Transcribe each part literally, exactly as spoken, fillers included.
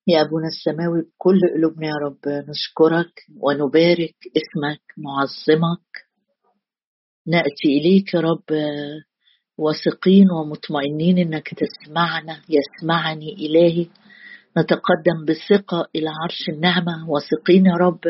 يا أبونا السماوي بكل قلوبنا يا رب نشكرك ونبارك اسمك نعظمك. نأتي إليك يا رب واثقين ومطمئنين إنك تسمعنا. يسمعني إلهي. نتقدم بثقة إلى عرش النعمة واثقين يا رب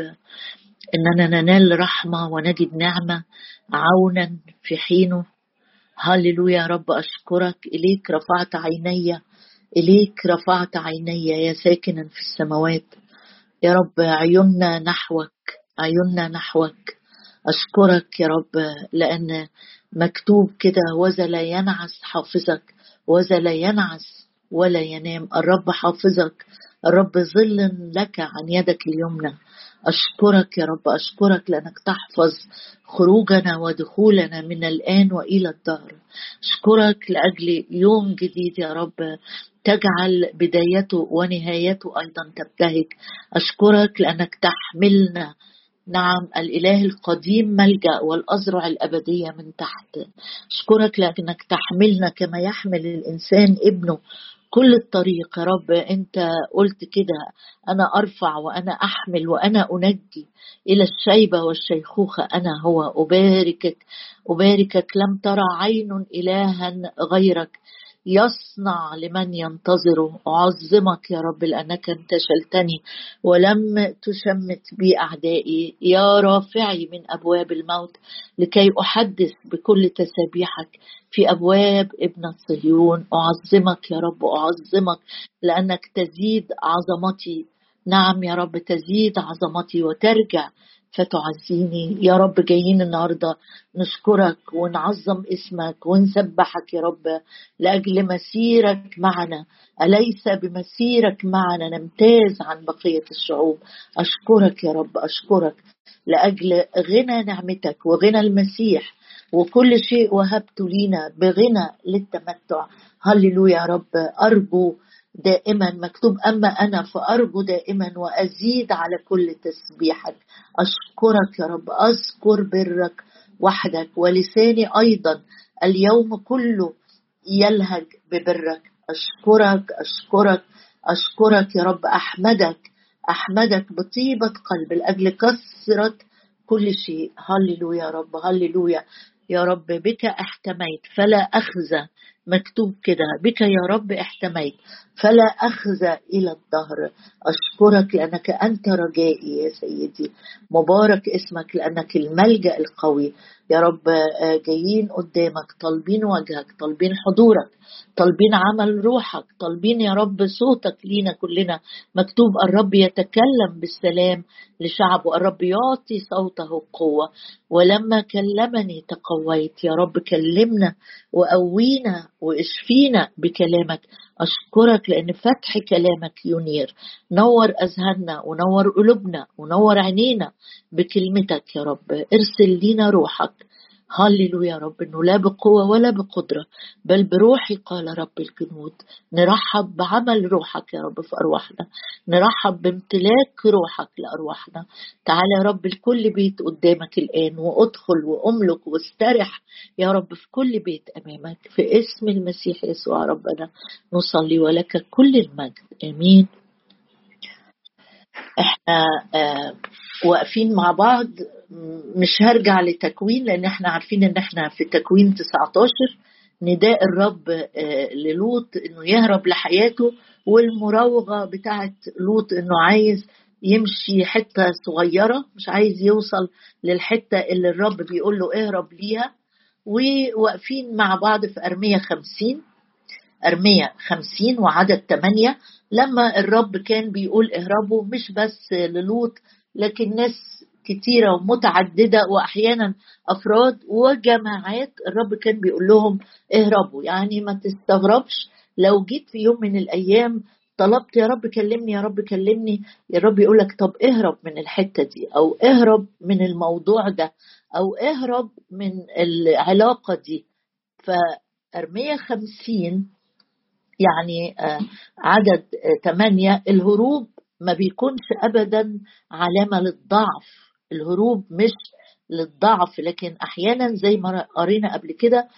إننا ننال رحمة ونجد نعمة عونا في حينه. هللويا يا رب. أشكرك. إليك رفعت عيني، إليك رفعت عيني يا ساكنا في السماوات. يا رب عيوننا نحوك، عيوننا نحوك. أشكرك يا رب لأن مكتوب كده: وذا لا ينعس حافظك، وذا لا ينعس ولا ينام. الرب حافظك، الرب ظل لك عن يدك اليمنى. أشكرك يا رب، أشكرك لأنك تحفظ خروجنا ودخولنا من الآن وإلى الدهر. أشكرك لأجل يوم جديد يا رب تجعل بدايته ونهايته أيضا تبتهج. أشكرك لأنك تحملنا، نعم الإله القديم ملجأ والأزرع الأبدية من تحت. أشكرك لأنك تحملنا كما يحمل الإنسان ابنه كل الطريق. يا رب أنت قلت كده: أنا أرفع وأنا أحمل وأنا أنجي إلى الشيبة والشيخوخة. أنا هو أباركك، أباركك. لم ترى عين إلها غيرك يصنع لمن ينتظره. أعظمك يا رب لأنك انتشلتني ولم تشمت بي أعدائي. يا رافعي من أبواب الموت لكي أحدث بكل تسابيحك في أبواب ابنة صهيون. أعظمك يا رب، أعظمك لأنك تزيد عظمتي. نعم يا رب تزيد عظمتي وترجع فتعزيني. يا رب جايين النهاردة نشكرك ونعظم اسمك ونسبحك يا رب لأجل مسيرك معنا. أليس بمسيرك معنا نمتاز عن بقية الشعوب؟ أشكرك يا رب، أشكرك لأجل غنى نعمتك وغنى المسيح وكل شيء وهبت لينا بغنى للتمتع. هللويا يا رب. أرجو دائما، مكتوب: أما أنا فأرجو دائما وأزيد على كل تسبيحك. أشكرك يا رب، أذكر برك وحدك ولساني أيضا اليوم كله يلهج ببرك. أشكرك أشكرك أشكرك يا رب. أحمدك أحمدك بطيبة قلب لأجل كثرة كل شيء. هللويا يا رب، هللويا يا رب. بك احتميت فلا أخزى. مكتوب كده: بك يا رب احتميت فلا أخزى إلى الدهر. أشكرك لأنك أنت رجائي يا سيدي. مبارك اسمك لأنك الملجأ القوي يا رب. جايين قدامك طالبين وجهك، طالبين حضورك، طالبين عمل روحك، طالبين يا رب صوتك لينا كلنا. مكتوب: الرب يتكلم بالسلام لشعبه، الرب يعطي صوته قوة. ولما كلمني تقويت. يا رب كلمنا وقوينا واشفينا بكلامك. أشكرك لأن فتح كلامك ينير. نور أذهاننا ونور قلوبنا ونور عينينا بكلمتك يا رب. ارسل لينا روحك. هللويا يا رب. إنه لا بقوة ولا بقدرة بل بروحي قال رب الجنود. نرحب بعمل روحك يا رب في أرواحنا، نرحب بامتلاك روحك لأرواحنا. تعالى يا رب لكل بيت قدامك الآن وادخل وأملك واسترح يا رب في كل بيت أمامك. في اسم المسيح يسوع ربنا نصلي ولك كل المجد. آمين. احنا آه واقفين مع بعض. مش هرجع لتكوين لان احنا عارفين ان احنا في تكوين تسعتاشر نداء الرب آه للوط انه يهرب لحياته، والمراوغة بتاعت لوط انه عايز يمشي حتة صغيرة، مش عايز يوصل للحتة اللي الرب بيقول له اهرب ليها. وواقفين مع بعض في أرمية خمسين، أرمية خمسين وعدد ثمانية، لما الرب كان بيقول اهربوا مش بس للوط لكن ناس كتيرة ومتعددة وأحيانا أفراد وجماعات الرب كان بيقول لهم اهربوا. يعني ما تستغربش لو جيت في يوم من الأيام طلبت يا رب كلمني يا رب كلمني، يا رب يقولك طب اهرب من الحتة دي، أو اهرب من الموضوع ده، أو اهرب من العلاقة دي. فأرمية خمسين يعني عدد ثمانية، الهروب ما بيكونش أبدا علامة للضعف. الهروب مش للضعف، لكن أحيانا زي ما قرينا قبل كده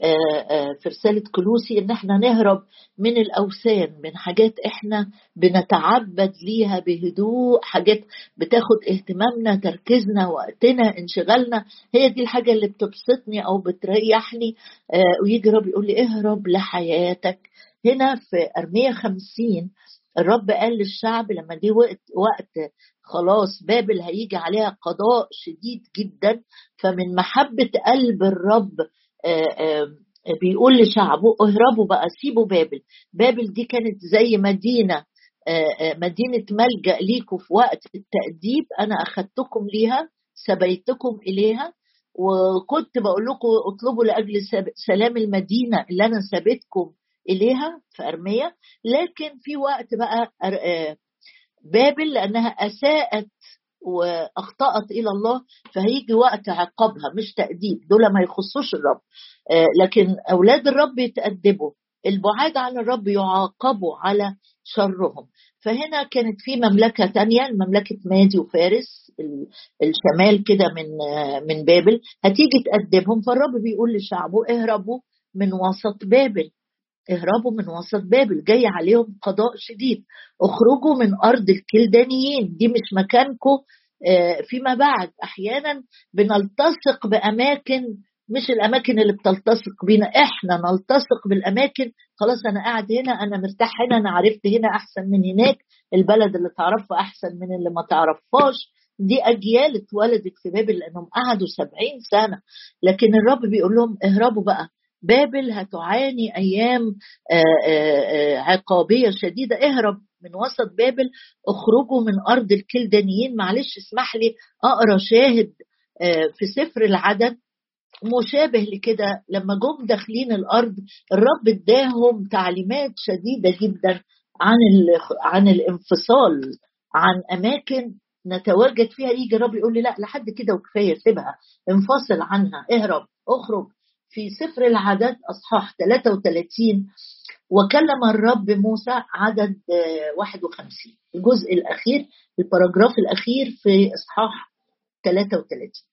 في رسالة كولوسي إن احنا نهرب من الأوثان، من حاجات احنا بنتعبد ليها بهدوء، حاجات بتاخد اهتمامنا، تركيزنا، وقتنا، انشغالنا. هي دي الحاجة اللي بتبسطني أو بتريحني. ويجي رب يقول لي اهرب لحياتك. هنا في أرمية خمسين الرب قال للشعب لما دي وقت, وقت خلاص بابل هيجي عليها قضاء شديد جدا، فمن محبة قلب الرب آآ آآ بيقول لشعبه اهربوا بقى، سيبوا بابل. بابل دي كانت زي مدينة آآ مدينة ملجأ ليكم في وقت التأديب، أنا أخذتكم ليها، سبيتكم إليها، وكنت بقول لكم اطلبوا لأجل سلام المدينة اللي أنا سبيتكم إليها في أرمية. لكن في وقت بقى بابل لأنها أساءت واخطأت إلى الله، فهيجي وقت عقابها، مش تأديب، دول ما يخصوش الرب، لكن أولاد الرب يتأدبوا، البعاد عن الرب يعاقبوا على شرهم. فهنا كانت في مملكة تانية، المملكة مادي وفارس، الشمال كده من من بابل، هتيجي تأدبهم. فالرب بيقول لشعبه اهربوا من وسط بابل، اهربوا من وسط بابل، جاي عليهم قضاء شديد. اخرجوا من أرض الكلدانيين، دي مش مكانكم فيما بعد. أحيانا بنلتصق بأماكن مش الأماكن اللي بتلتصق بينا، إحنا نلتصق بالأماكن. خلاص أنا قاعد هنا، أنا مرتاح هنا، أنا عرفت هنا أحسن من هناك، البلد اللي تعرفها أحسن من اللي ما تعرفهاش. دي أجيال اتولدت في بابل لأنهم قعدوا سبعين سنة. لكن الرب بيقول لهم اهربوا بقى، بابل هتعاني أيام عقابية شديدة، اهرب من وسط بابل، اخرجوا من أرض الكلدانيين. معلش اسمح لي أقرأ شاهد في سفر العدد مشابه لكده. لما جم داخلين الأرض الرب اداهم تعليمات شديدة جدا عن عن الانفصال عن أماكن نتواجد فيها. يجي الرب يقول لي لا لحد كده وكفاية، سيبها، انفصل عنها، اهرب، اخرج. في سفر العدد أصحاح ثلاثة وثلاثين وكلم الرب موسى، عدد واحد وخمسين، الجزء الأخير، الباراجراف الأخير في أصحاح ثلاثة وثلاثين.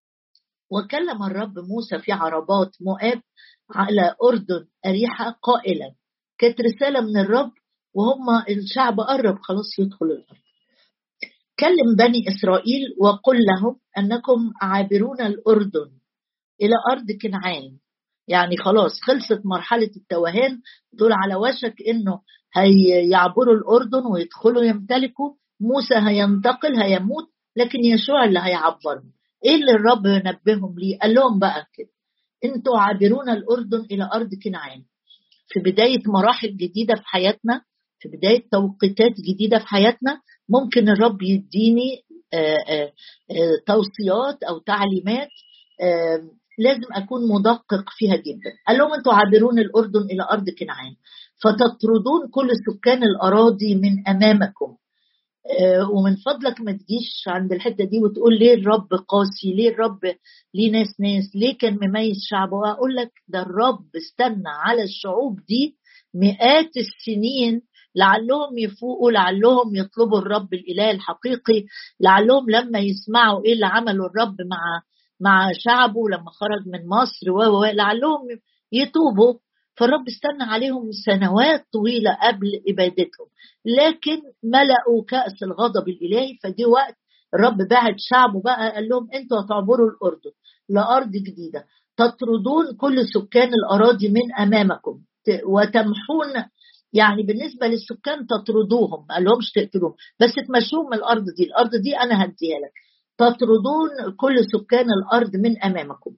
وكلم الرب موسى في عربات مؤاب على أردن أريحة قائلا، كانت رسالة من الرب وهم الشعب قرب خلاص يدخل الأرض. كلم بني إسرائيل وقل لهم أنكم عابرون الأردن إلى أرض كنعان. يعني خلاص خلصت مرحلة التوهان، دول على وشك إنه هيعبروا الأردن ويدخلوا يمتلكوا. موسى هينتقل هيموت، لكن يشوع اللي هيعبرهم. إيه اللي الرب نبههم ليه؟ قال لهم بقى كده، أنتوا عابرون الأردن إلى أرض كنعان. في بداية مراحل جديدة في حياتنا، في بداية توقيتات جديدة في حياتنا، ممكن الرب يديني آآ آآ توصيات أو تعليمات لازم أكون مدقق فيها جدا. قال لهم أنتوا عابرون الأردن إلى أرض كنعان فتطردون كل سكان الأراضي من أمامكم. ومن فضلك ما تجيش عند الحتة دي وتقول ليه الرب قاسي، ليه الرب ليه ناس ناس ليه كان مميز شعبه. وأقول لك ده الرب استنى على الشعوب دي مئات السنين لعلهم يفوقوا، لعلهم يطلبوا الرب الإله الحقيقي، لعلهم لما يسمعوا إيه اللي عمله الرب مع مع شعبه لما خرج من مصر ولعلهم يتوبوا. فالرب استنى عليهم سنوات طويلة قبل إبادتهم، لكن ملأوا كأس الغضب الإلهي. فدي وقت الرب بعد شعبه بقى، قال لهم أنتوا هتعبروا الأردن لأرض جديدة، تطردون كل سكان الأراضي من أمامكم وتمحون. يعني بالنسبة للسكان تطردوهم، ما قالهمش تقتلوهم، بس تمشوهم من الأرض دي، الأرض دي أنا هديها لك. تطردون كل سكان الأرض من أمامكم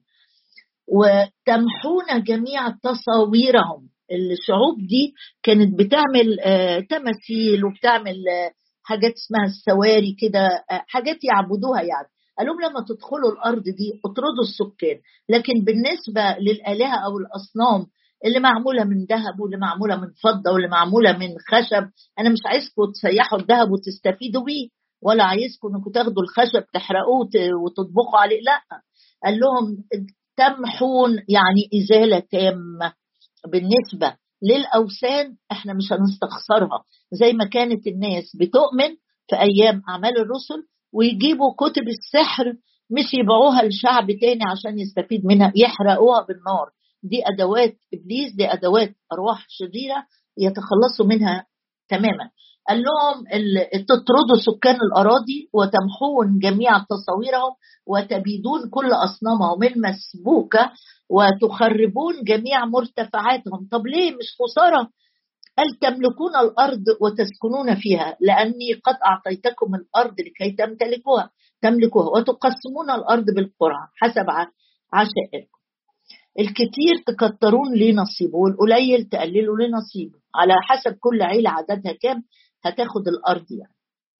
وتمحون جميع تصاويرهم. الشعوب دي كانت بتعمل آه تماثيل وبتعمل آه حاجات اسمها السواري كده، آه حاجات يعبدوها. يعني قالوا لما تدخلوا الأرض دي اطردوا السكان، لكن بالنسبة للآلهة أو الأصنام اللي معمولة من ذهب واللي معمولة من فضة واللي معمولة من خشب، أنا مش عايزكم تسيحوا الذهب وتستفيدوا بيه، ولا عايزكم أنكم تاخدوا الخشب تحرقوه وتطبخوا عليه، لا. قال لهم تمحون، يعني إزالة تامة. بالنسبة للأوثان احنا مش هنستخسرها، زي ما كانت الناس بتؤمن في أيام أعمال الرسل ويجيبوا كتب السحر مش يبيعوها لشعب تاني عشان يستفيد منها، يحرقوها بالنار. دي أدوات إبليس، دي أدوات أرواح شريرة يتخلصوا منها تماما. قال لهم تطردوا سكان الأراضي وتمحون جميع تصويرهم وتبيدون كل أصنامهم المسبوكة وتخربون جميع مرتفعاتهم. طب ليه؟ مش خسارة؟ قال تملكون الأرض وتسكنون فيها لأني قد أعطيتكم الأرض لكي تمتلكوها تملكوها وتقسمون الأرض بالقرعة حسب عشائركم. الكتير تكترون لي نصيبه والقليل تقللوا لي نصيبه، على حسب كل عيلة عددها كام هتاخد الأرض. يعني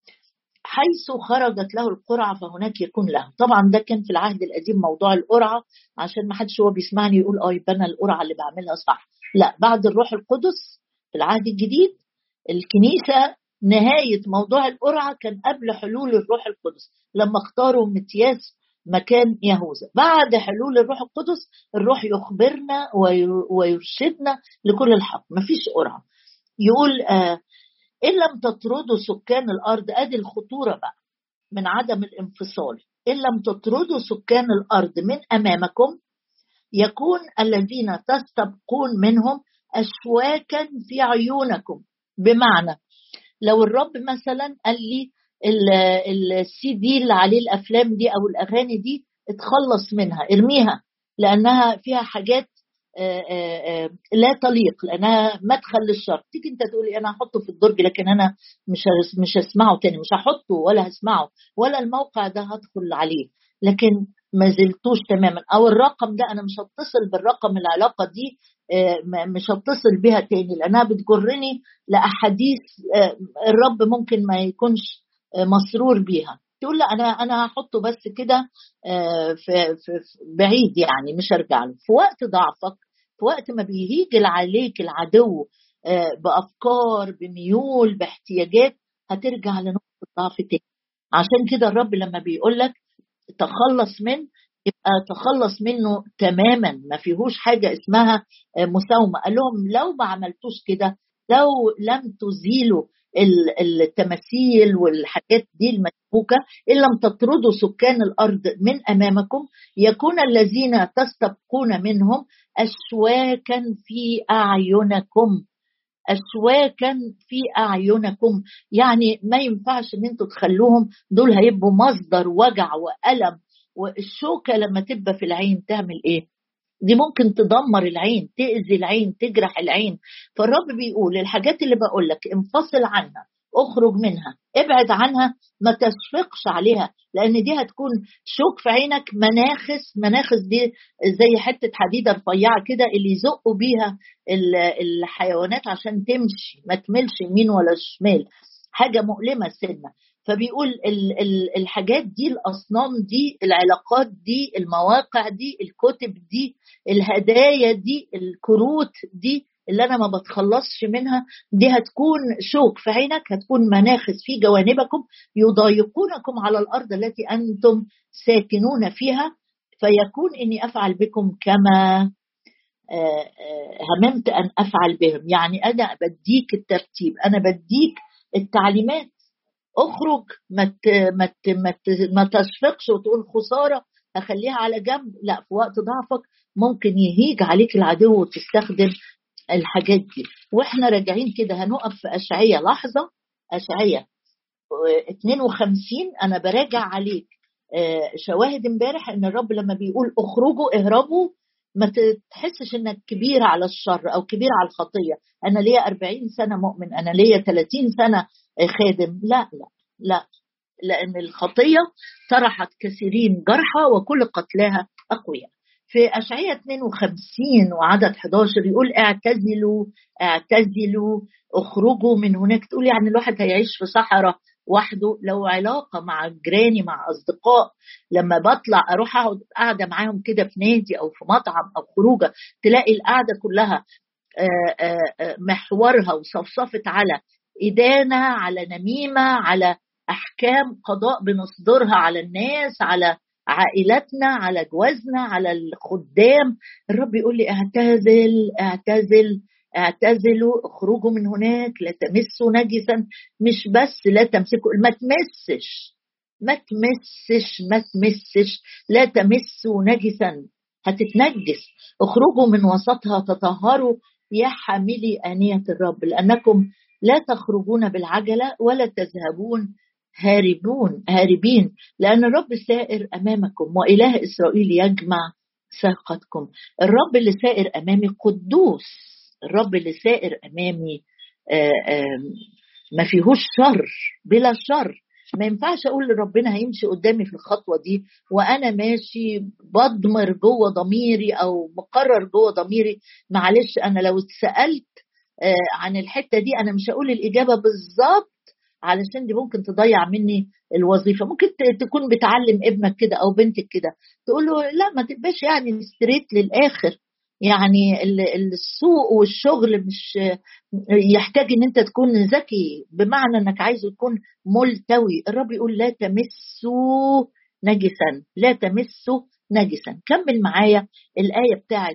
حيث خرجت له القرعة فهناك يكون له. طبعا ده كان في العهد القديم موضوع القرعة، عشان ما حدش هو بيسمعني يقول اه يبقى انا القرعة اللي بعملها صح. لا، بعد الروح القدس في العهد الجديد الكنيسة نهاية موضوع القرعة كان قبل حلول الروح القدس لما اختاروا متياس مكان يهوذا. بعد حلول الروح القدس الروح يخبرنا ويرشدنا لكل الحق، مفيش قرعة. يقول آه إن لم تطردوا سكان الأرض، أدي الخطورة بقى من عدم الانفصال. إن لم تطردوا سكان الأرض من أمامكم يكون الذين تستبقون منهم أشواكا في عيونكم. بمعنى لو الرب مثلا قال لي السي دي اللي عليه الأفلام دي أو الأغاني دي اتخلص منها، ارميها لأنها فيها حاجات آآ آآ لا تليق، لأنها مدخل للشر. تيجي انت تقولي انا هحطه في الدرج لكن انا مش مش هسمعه تاني، مش هحطه ولا هسمعه ولا الموقع ده هدخل عليه، لكن ما زلتوش تماما. او الرقم ده انا مش هتصل بالرقم، العلاقة دي مش هتصل بها تاني لأنها بتجرني لأحاديث الرب ممكن ما يكونش مسرور بيها. تقول لا انا انا هحطه بس كده في بعيد، يعني مش هرجع له. في وقت ضعفك، في وقت ما بيهيج عليك العدو بافكار بميول باحتياجات، هترجع لنقطه ضعف تاني. عشان كده الرب لما بيقول لك تخلص من، يبقى تخلص منه تماما، ما فيهوش حاجه اسمها مساومه. قال لهم لو ما عملتوش كده، لو لم تزيلوا التماثيل والحاجات دي المسبوكة، إن لم تطردوا سكان الأرض من أمامكم يكون الذين تستبقون منهم أشواكا في أعينكم. أشواكا في أعينكم يعني ما ينفعش ان انتوا تخلوهم دول، هيبقوا مصدر وجع وألم. والشوكة لما تبقى في العين تعمل ايه؟ دي ممكن تدمر العين، تأذي العين، تجرح العين. فالرب بيقول الحاجات اللي بقولك انفصل عنها، اخرج منها، ابعد عنها، ما تشفقش عليها، لان دي هتكون شوك في عينك. مناخس، مناخس دي زي حتة حديدة رفيعة كده اللي يزقوا بيها الحيوانات عشان تمشي، ما تملش يمين ولا شمال، حاجة مؤلمة سنة. فبيقول ال ال الحاجات دي، الأصنام دي، العلاقات دي، المواقع دي، الكتب دي، الهدايا دي، الكروت دي اللي أنا ما بتخلصش منها، دي هتكون شوك في عينك، هتكون مناخس في جوانبكم يضايقونكم على الأرض التي أنتم ساكنون فيها، فيكون إني أفعل بكم كما هممت أن أفعل بهم. يعني أنا بديك الترتيب، أنا بديك التعليمات، اخرج، ما ما ما تشفقش وتقول خساره هخليها على جنب. لا، في وقت ضعفك ممكن يهيج عليك العدو وتستخدم الحاجات دي. واحنا راجعين كده هنقف في اشعياء لحظه، اشعياء اثنين وخمسين. انا براجع عليك شواهد امبارح ان الرب لما بيقول اخرجوا اهربوا، ما تحسش انك كبير على الشر او كبير على الخطيه. انا ليا أربعين سنه مؤمن، انا ليا ثلاثين سنه خادم. لا لا لا، لأن الخطية طرحت كثيرين جرحى وكل قتلاها أقوياء. في أشعياء اثنين وخمسين وعدد احد عشر يقول اعتزلوا اعتزلوا اخرجوا من هناك. تقول يعني الواحد هيعيش في صحراء وحده؟ لو علاقة مع جيراني، مع أصدقاء، لما بطلع أروح أقعد قاعدة معاهم كده في نادي أو في مطعم أو خروجة، تلاقي القعدة كلها محورها وصفصفت على إدانة، على نميمة، على أحكام قضاء بنصدرها على الناس، على عائلتنا، على جوازنا، على الخدام. الرب يقول لي اعتزل اعتزل اعتزلوا اخرجوا من هناك، لا تمسوا نجسا. مش بس لا تمسكوا، ما تمسش ما تمسش ما تمسش لا تمسوا نجسا. هتتنجس. اخرجوا من وسطها تطهروا يا حاملي آنية الرب، لأنكم لا تخرجون بالعجلة ولا تذهبون هاربون هاربين، لأن الرب سائر أمامكم وإله إسرائيل يجمع ساقتكم. الرب اللي سائر أمامي قدوس، الرب اللي سائر أمامي آآ آآ ما فيهوش شر، بلا شر. ما ينفعش أقول لربنا هيمشي قدامي في الخطوة دي وأنا ماشي بضمر جوه ضميري أو مقرر جوه ضميري. معلش أنا لو اتسألت عن الحتة دي أنا مش هقول الإجابة بالظبط، علشان دي ممكن تضيع مني الوظيفة. ممكن تكون بتعلم ابنك كده أو بنتك كده، تقول له لا ما تبقاش يعني ستريت للآخر، يعني السوق والشغل مش يحتاج ان انت تكون ذكي، بمعنى انك عايزه تكون ملتوي. الرب يقول لا تمسوا نجسا، لا تمسوا نجسا. كمل معايا الآية بتاعت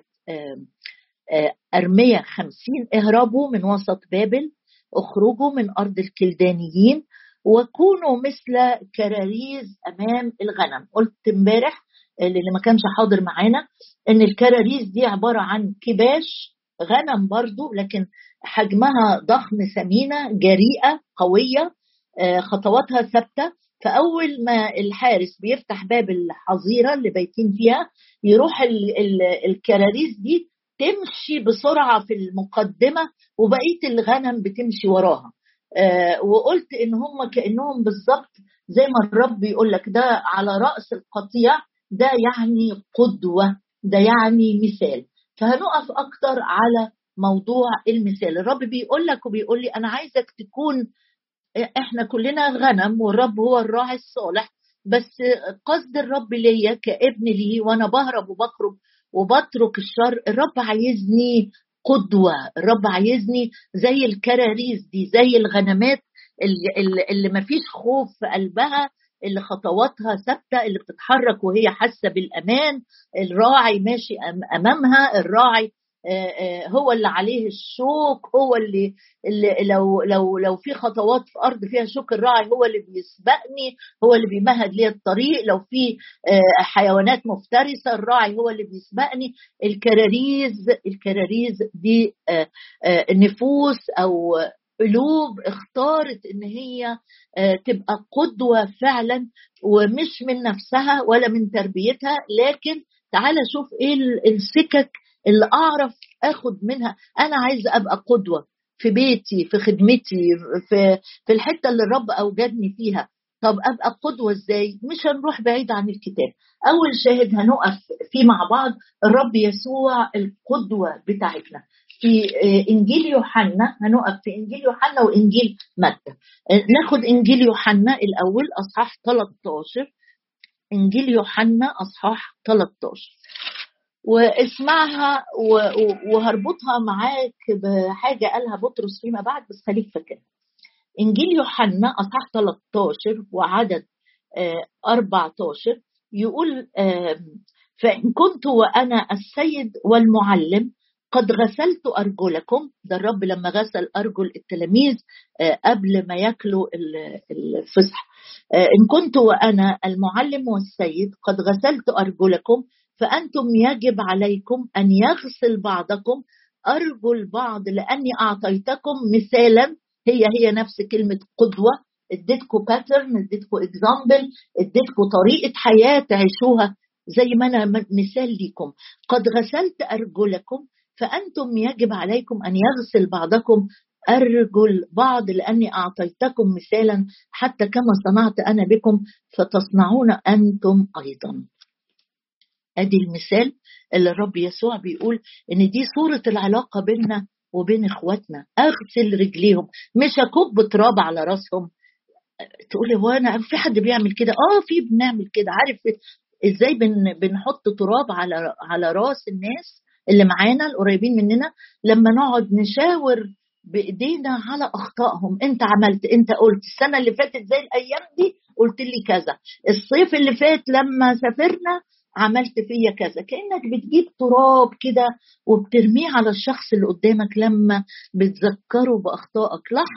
أرمية خمسين: اهربوا من وسط بابل، اخرجوا من أرض الكلدانيين، وكونوا مثل كراريز أمام الغنم. قلت امبارح اللي ما كانش حاضر معانا ان الكراريز دي عبارة عن كباش غنم برضو، لكن حجمها ضخم، سمينة، جريئة، قوية، خطواتها ثابتة. فأول ما الحارس بيفتح باب الحظيرة اللي بيتين فيها، يروح ال ال الكراريز دي تمشي بسرعة في المقدمة وبقية الغنم بتمشي وراها. آه وقلت إن هم كأنهم بالضبط زي ما الرب يقول لك ده على رأس القطيع، ده يعني قدوة، ده يعني مثال. فهنقف أكتر على موضوع المثال. الرب بيقول لك وبيقول لي أنا عايزك تكون، احنا كلنا غنم والرب هو الراعي الصالح، بس قصد الرب ليا كابن ليه وانا بهرب وبخرج وبترك الشر. الرب عايزني قدوة، الرب عايزني زي الكراريس دي، زي الغنمات اللي, اللي ما فيش خوف في قلبها، اللي خطواتها ثابتة، اللي بتتحرك وهي حاسة بالأمان. الراعي ماشي أمامها، الراعي هو اللي عليه الشوك، هو اللي, اللي لو لو لو في خطوات في ارض فيها شوك، الراعي هو اللي بيسبقني، هو اللي بيمهد لي الطريق. لو في حيوانات مفترسه الراعي هو اللي بيسبقني. الكراريز الكراريز دي نفوس او قلوب اختارت ان هي تبقى قدوه فعلا، ومش من نفسها ولا من تربيتها، لكن تعال شوف ايه السكك اللي أعرف أخد منها. أنا عايزة أبقى قدوة في بيتي، في خدمتي، في, في الحتة اللي الرب أوجدني فيها. طب أبقى قدوة إزاي؟ مش هنروح بعيد عن الكتاب. أول شاهد هنقف فيه مع بعض الرب يسوع القدوة بتاعتنا في إنجيل يوحنا. هنقف في إنجيل يوحنا وإنجيل متى. ناخد إنجيل يوحنا الأول أصحاح ثلاثة عشر. إنجيل يوحنا أصحاح ثلاثة عشر، واسمعها وهربطها معاك بحاجة قالها بطرس فيما بعد، بس خليك فاكر. إنجيل يوحنا أصحاح ثلاثة عشر وعدد أربعة عشر يقول فإن كنت وأنا السيد والمعلم قد غسلت أرجلكم. ده الرب لما غسل أرجل التلاميذ قبل ما يأكلوا الفصح. إن كنت وأنا المعلم والسيد قد غسلت أرجلكم، فأنتم يجب عليكم أن يغسل بعضكم أرجل بعض، لأني أعطيتكم مثالا. هي هي نفس كلمة قدوة. اديتكم باترن، اديتكم اكزامبل، اديتكم طريقة حياة تعيشوها زي ما أنا مثال لكم. قد غسلت أرجلكم فأنتم يجب عليكم أن يغسل بعضكم أرجل بعض، لأني أعطيتكم مثالا حتى كما صنعت أنا بكم فتصنعون أنتم أيضا. أدي المثال اللي الرب يسوع بيقول إن دي صورة العلاقة بيننا وبين إخواتنا. أغسل رجليهم، مش أكب تراب على رأسهم. تقولي هو أنا في حد بيعمل كده؟ آه في بنعمل كده. عارف إزاي بن بنحط تراب على على رأس الناس اللي معانا القريبين مننا؟ لما نقعد نشاور بإيدينا على أخطائهم. أنت عملت، أنت قلت السنة اللي فاتت زي الأيام دي قلت لي كذا، الصيف اللي فات لما سافرنا عملت فيا كذا. كأنك بتجيب تراب كده وبترميه على الشخص اللي قدامك لما بتذكره بأخطائك. لحظة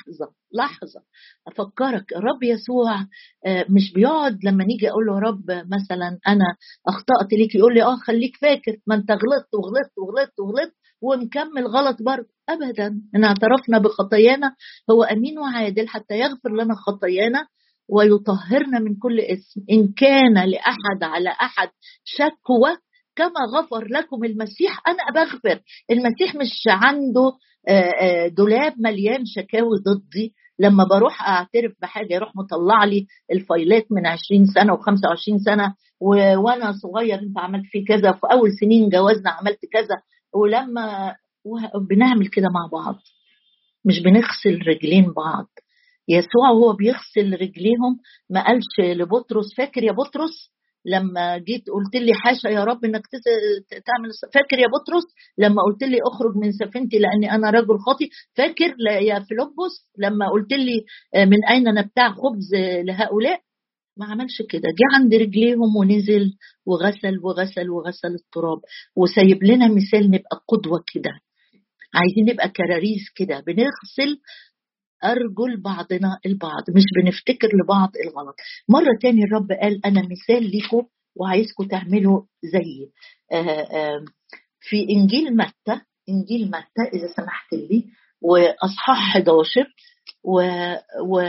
لحظة أفكرك الرب يسوع مش بيقعد لما نيجي أقول له رب مثلا أنا أخطأت ليك يقول لي آه خليك فاكر ما أنت غلطت وغلطت وغلطت وغلطت ونكمل غلط برضه. أبدا، إن اعترفنا بخطايانا هو أمين وعادل حتى يغفر لنا خطايانا ويطهرنا من كل اسم. إن كان لأحد على أحد شكوى كما غفر لكم المسيح أنا بغفر. المسيح مش عنده دولاب مليان شكاوي ضدي، لما بروح أعترف بحاجة يروح مطلع لي الفايلات من عشرين سنة وخمسة وعشرين سنة و... وأنا صغير أنت عملت في كذا، في أول سنين جوازنا عملت كذا. ولما بنعمل كده مع بعض مش بنغسل رجلين بعض. يسوع وهو بيغسل رجليهم ما قالش لبطرس فاكر يا بطرس لما جيت قلت لي حاشا يا رب انك تعمل، فاكر يا بطرس لما قلت لي اخرج من سفينتي لاني انا رجل خاطي، فاكر يا فيلبس لما قلت لي من اين نبتاع خبز لهؤلاء. ما عملش كده، جه عند رجليهم ونزل وغسل وغسل وغسل التراب وسايب لنا مثال نبقى قدوة كده. عايزين نبقى كراريس كده بنغسل أرجل بعضنا البعض، مش بنفتكر لبعض الغلط. مرة تاني الرب قال أنا مثال لكم وعايزكم تعملوا زيي. في إنجيل متى، إنجيل متى إذا سمحت لي، وأصحاح إحدى عشر و, و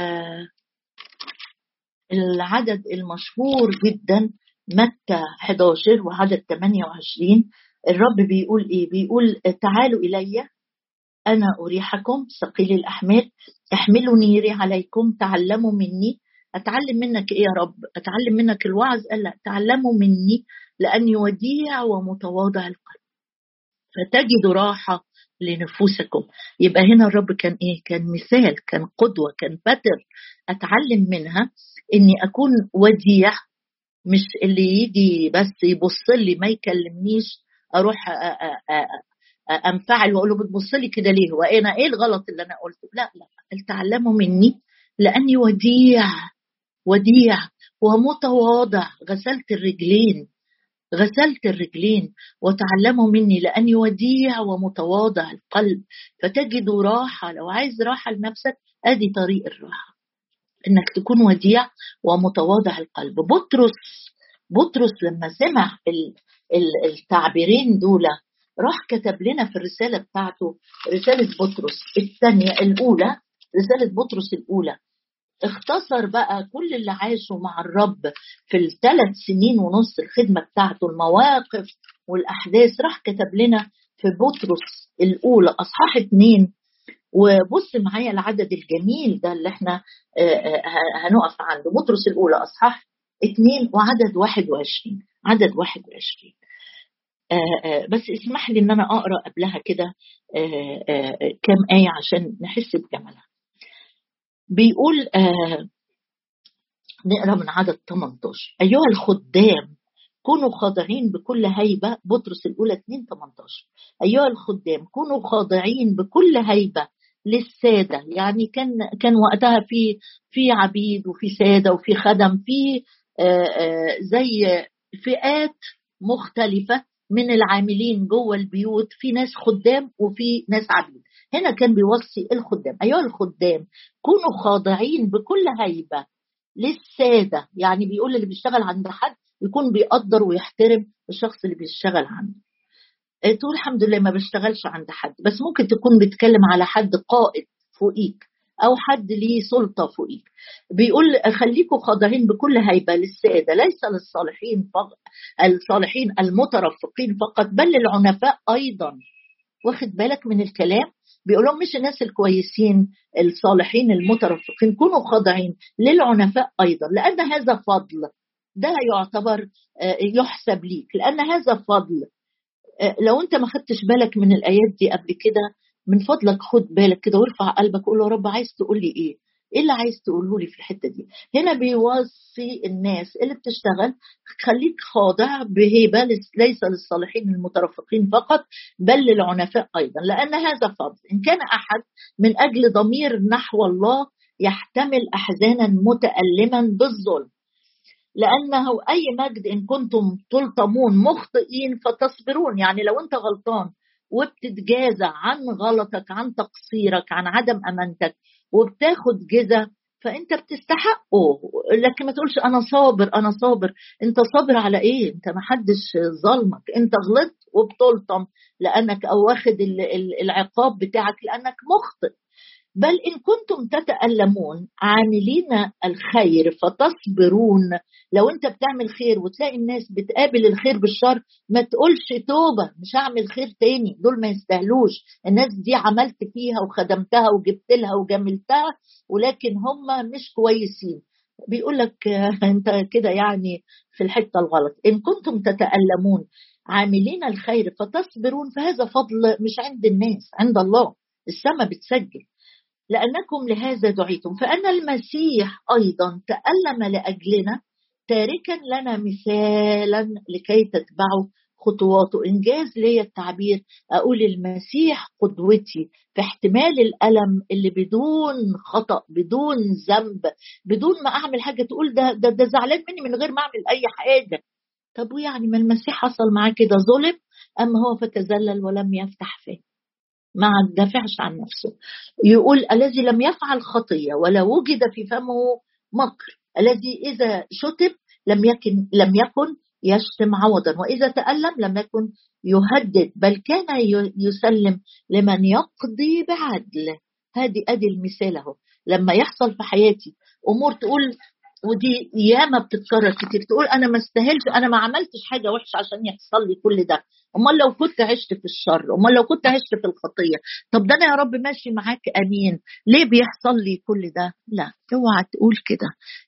العدد المشهور جدا متى إحدى عشر وعدد ثمانية وعشرين. الرب بيقول إيه؟ بيقول تعالوا إلي أنا أريحكم ثقيل الأحمال احملوا نيري عليكم تعلموا مني. أتعلم منك إيه يا رب؟ أتعلم منك الوعظ؟ قال لا، تعلموا مني لأني وديع ومتواضع القلب فتجدوا راحة لنفوسكم. يبقى هنا الرب كان إيه؟ كان مثال، كان قدوة، كان باتر أتعلم منها إني أكون وديع، مش اللي يجي بس يبص لي ما يكلمنيش أروح أ أ أ أنفعل وأقول له بتبص لي كده ليه؟ وأنا إيه الغلط اللي أنا قلته؟ لا لا، تعلموا مني لأني وديع وديع ومتواضع. غسلت الرجلين غسلت الرجلين وتعلموا مني لأني وديع ومتواضع القلب فتجدوا راحة. لو عايز راحة لنفسك أدي طريق الراحة، إنك تكون وديع ومتواضع القلب. بطرس بطرس لما سمع التعبيرين دول راح كتب لنا في الرسالة بتاعته، رسالة بطرس الثانية الأولى، رسالة بطرس الأولى، اختصر بقى كل اللي عاشه مع الرب في الثلاث سنين ونص الخدمة بتاعته، المواقف والأحداث، راح كتب لنا في بطرس الأولى أصحاح اتنين. وبص معايا العدد الجميل ده اللي احنا هنقف عنده، بطرس الأولى أصحاح اتنين وعدد واحد وعشرين. عدد واحد وعشرين آآ آآ بس اسمح لي ان انا اقرا قبلها كده كم آية عشان نحس بجمالها. بيقول نقرا من عدد ثمانية عشر. ايها الخدام كونوا خاضعين بكل هيبة. بطرس الأولى اتنين ثمانية عشر. ايها الخدام كونوا خاضعين بكل هيبة للسادة. يعني كان كان وقتها في في عبيد وفي سادة وفي خدم، في آآ زي فئات مختلفة من العاملين جوه البيوت، في ناس خدام وفي ناس عبيد. هنا كان بيوصي الخدام أيها الخدام كونوا خاضعين بكل هيبة للسادة. يعني بيقول اللي بيشتغل عند حد يكون بيقدر ويحترم الشخص اللي بيشتغل عنده. تقول الحمد لله ما بشتغلش عند حد، بس ممكن تكون بتكلم على حد قائد فوقيك أو حد ليه سلطة فوقيك. بيقول خليكم خاضعين بكل هيبة للسادة ليس للصالحين فقط، الصالحين المترفقين فقط، بل للعنفاء أيضا. واخد بالك من الكلام؟ بيقولون مش الناس الكويسين الصالحين المترفقين، كونوا خاضعين للعنفاء أيضا لأن هذا فضل. ده يعتبر يحسب ليك لأن هذا فضل. لو انت ما خدتش بالك من الآيات دي قبل كده، من فضلك خد بالك كده وارفع قلبك وقول له رب عايز تقول لي ايه؟ ايه اللي عايز تقوله لي في الحتة دي؟ هنا بيوصي الناس اللي بتشتغل خليك خاضع بهيبة ليس للصالحين المترفقين فقط بل للعنفاء أيضا لأن هذا فضل. إن كان أحد من أجل ضمير نحو الله يحتمل أحزانا متألما بالظلم، لأنه أي مجد إن كنتم تلطمون مخطئين فتصبرون. يعني لو أنت غلطان وبتتجازى عن غلطك، عن تقصيرك، عن عدم أمانتك، وبتاخد جزا فانت بتستحقه. لكن ما تقولش انا صابر انا صابر. انت صابر على ايه؟ انت ما حدش ظلمك، انت غلطت وبتلطم لانك او واخد العقاب بتاعك لانك مخطئ. بل إن كنتم تتألمون عاملين الخير فتصبرون. لو أنت بتعمل خير وتلاقي الناس بتقابل الخير بالشر، ما تقولش توبة مش هعمل خير تاني، دول ما يستاهلوش، الناس دي عملت فيها وخدمتها وجبت لها وجملتها ولكن هم مش كويسين. بيقول لك أنت كده يعني في الحتة الغلط. إن كنتم تتألمون عاملين الخير فتصبرون فهذا فضل مش عند الناس، عند الله. السماء بتسجل لأنكم لهذا دعيتم، فأن المسيح أيضا تألم لأجلنا تاركا لنا مثالا لكي تتبعوا خطواته. إنجاز لي التعبير أقول المسيح قدوتي في احتمال الألم اللي بدون خطأ بدون ذنب بدون ما أعمل حاجة تقول ده ده, ده زعلان مني من غير ما أعمل أي حاجة. طب ويعني ما المسيح حصل معاه كده، ظلم أما هو فتذلل ولم يفتح فيه، ما دافعش عن نفسه. يقول الذي لم يفعل خطية ولا وجد في فمه مكر، الذي إذا شتم لم يكن لم يكن يشتم عوضا، وإذا تألم لم يكن يهدد، بل كان يسلم لمن يقضي بعدل. هذه أدي المثال اهو. لما يحصل في حياتي أمور تقول، ودي ياما بتتكرر كتير، تقول أنا ما استاهلش، أنا ما عملتش حاجة وحشة عشان يحصل لي كل ده، امال لو كنت عشت في الشر، امال لو كنت عشت في الخطيه. طب ده انا يا رب ماشي معاك امين، ليه بيحصل لي كل ده؟ لا، اوعى تقول كده.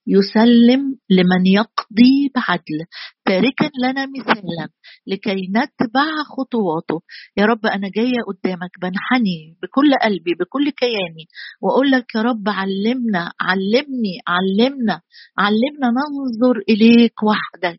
يسلم لمن يقضي بعدل تاركا لنا مثالا لكي نتبع خطواته. يا رب انا جايه قدامك بنحني بكل قلبي بكل كياني واقول لك يا رب علمنا علمني علمنا علمنا ننظر اليك وحدك،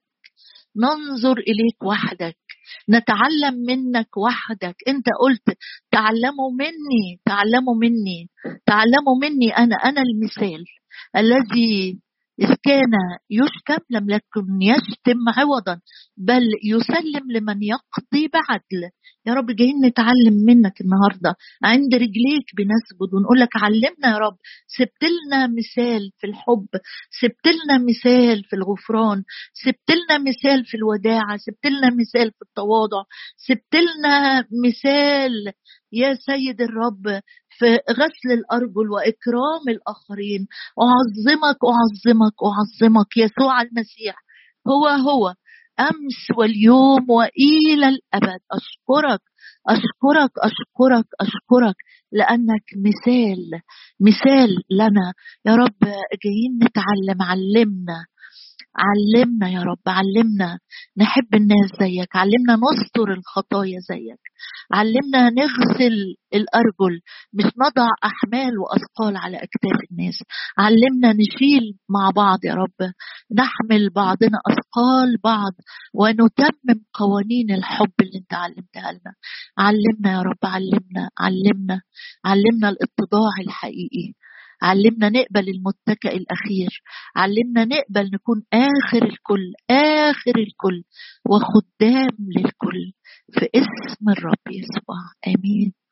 ننظر إليك وحدك، نتعلم منك وحدك. أنت قلت تعلموا مني تعلموا مني تعلموا مني أنا أنا المثال الذي إذ كان يشتم لم يكن يشتم عوضا بل يسلم لمن يقضي بعدل. يا رب جايين نتعلم منك النهاردة، عند رجليك بنسجد ونقول لك علمنا يا رب. سبت لنا مثال في الحب، سبت لنا مثال في الغفران، سبت لنا مثال في الوداعة، سبت لنا مثال في التواضع، سبت لنا مثال يا سيد الرب في غسل الأرجل وإكرام الآخرين. أعظمك أعظمك أعظمك يسوع المسيح، هو هو أمس واليوم وإلى الأبد. أشكرك أشكرك أشكرك أشكرك لأنك مثال مثال لنا يا رب. جايين نتعلم، علمنا علمنا يا رب، علمنا نحب الناس زيك، علمنا نستر الخطايا زيك، علمنا نغسل الأرجل مش نضع أحمال وأثقال على أكتاف الناس، علمنا نشيل مع بعض يا رب، نحمل بعضنا أثقال بعض ونتمم قوانين الحب اللي انت علمتها لنا. علمنا يا رب، علمنا علمنا علمنا الاتضاع الحقيقي، علمنا نقبل المتكئ الأخير، علمنا نقبل نكون آخر الكل آخر الكل وخدام للكل في اسم الرب يسوع، آمين.